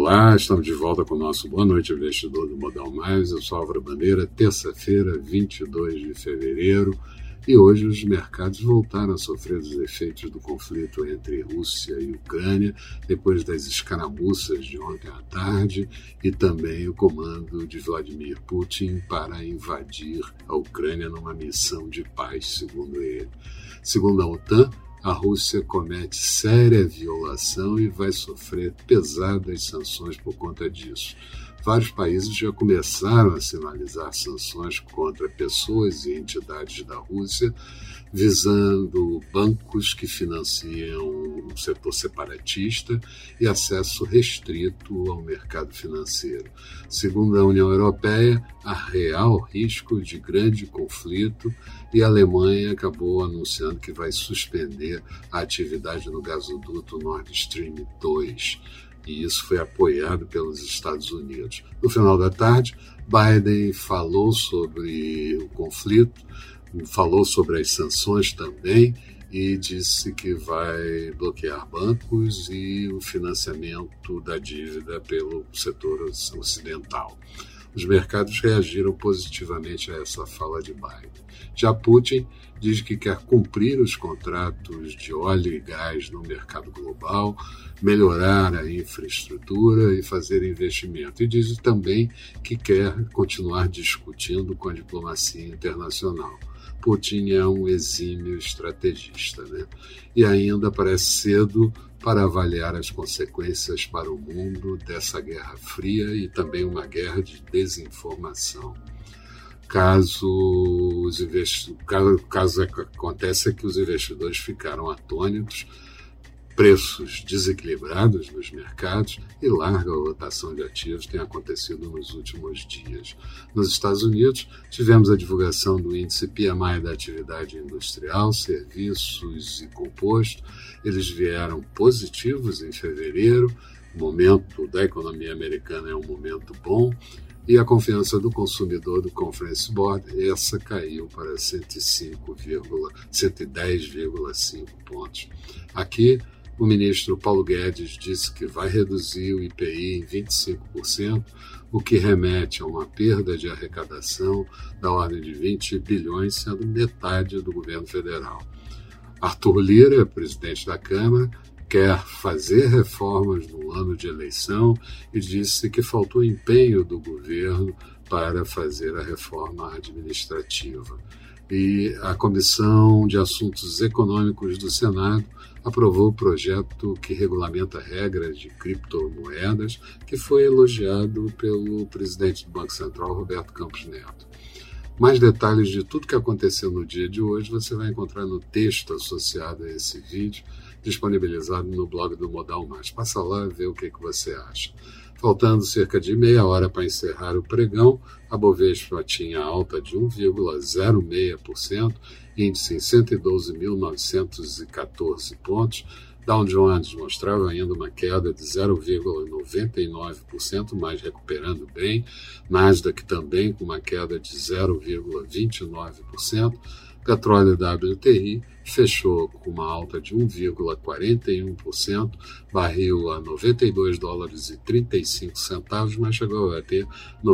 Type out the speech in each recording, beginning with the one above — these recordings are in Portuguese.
Olá, estamos de volta com o nosso Boa Noite Investidor do Modal Mais. Eu sou Álvaro Bandeira, terça-feira, 22 de fevereiro, e hoje os mercados voltaram a sofrer os efeitos do conflito entre Rússia e Ucrânia, depois das escaramuças de ontem à tarde e também o comando de Vladimir Putin para invadir a Ucrânia numa missão de paz, segundo ele. Segundo a OTAN, a Rússia comete séria violação e vai sofrer pesadas sanções por conta disso. Vários países já começaram a sinalizar sanções contra pessoas e entidades da Rússia, visando bancos que financiam o setor separatista e acesso restrito ao mercado financeiro. Segundo a União Europeia, há real risco de grande conflito e a Alemanha acabou anunciando que vai suspender a atividade no gasoduto Nord Stream 2. E isso foi apoiado pelos Estados Unidos. No final da tarde, Biden falou sobre o conflito, falou sobre as sanções também e disse que vai bloquear bancos e o financiamento da dívida pelo setor ocidental. Os mercados reagiram positivamente a essa fala de Biden. Já Putin diz que quer cumprir os contratos de óleo e gás no mercado global, melhorar a infraestrutura e fazer investimento. E diz também que quer continuar discutindo com a diplomacia internacional. Putin é um exímio estrategista, né? E ainda parece cedo para avaliar as consequências para o mundo dessa Guerra Fria e também uma guerra de desinformação. Caso aconteça que os investidores ficaram atônitos, preços desequilibrados nos mercados e larga rotação de ativos tem acontecido nos últimos dias. Nos Estados Unidos, tivemos a divulgação do índice PMI da atividade industrial, serviços e composto. Eles vieram positivos em fevereiro. O momento da economia americana é um momento bom. E a confiança do consumidor do Conference Board, essa caiu para 110,5 pontos. Aqui, o ministro Paulo Guedes disse que vai reduzir o IPI em 25%, o que remete a uma perda de arrecadação da ordem de 20 bilhões, sendo metade do governo federal. Arthur Lira, presidente da Câmara, quer fazer reformas no ano de eleição e disse que faltou empenho do governo para fazer a reforma administrativa. E a Comissão de Assuntos Econômicos do Senado aprovou o projeto que regulamenta regras de criptomoedas, que foi elogiado pelo presidente do Banco Central, Roberto Campos Neto. Mais detalhes de tudo que aconteceu no dia de hoje você vai encontrar no texto associado a esse vídeo, disponibilizado no blog do Modal Mais. Passa lá e vê o que você acha. Faltando cerca de meia hora para encerrar o pregão, a Bovespa tinha alta de 1,06%, índice em 112.914 pontos. Dow Jones mostrava ainda uma queda de 0,99%, mas recuperando bem. Nasdaq também com uma queda de 0,29%. Petróleo WTI fechou com uma alta de 1,41%, barril a $92,35, mas chegou a ter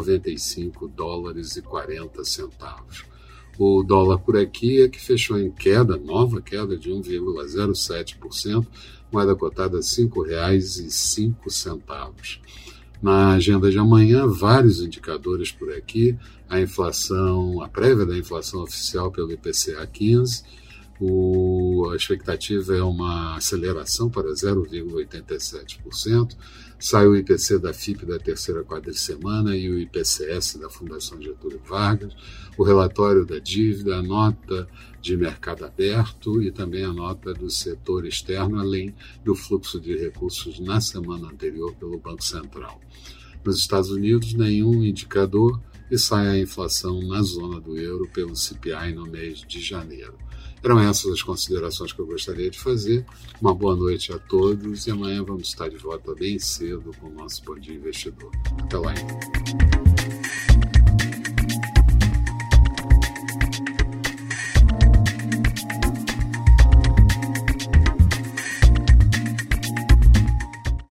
$95,40. O dólar por aqui é que fechou em queda, nova queda de 1,07%, moeda cotada a R$ 5,05. Na agenda de amanhã, vários indicadores por aqui, a prévia da inflação oficial pelo IPCA 15, a expectativa é uma aceleração para 0,87%, sai o IPC da FIP da terceira quadricemana e o IPCS da Fundação Getúlio Vargas, o relatório da dívida, a nota de mercado aberto e também a nota do setor externo, além do fluxo de recursos na semana anterior pelo Banco Central. Nos Estados Unidos, nenhum indicador e sai a inflação na zona do euro pelo CPI no mês de janeiro. Eram essas as considerações que eu gostaria de fazer. Uma boa noite a todos e amanhã vamos estar de volta bem cedo com o nosso Bom Dia Investidor. Até lá, então.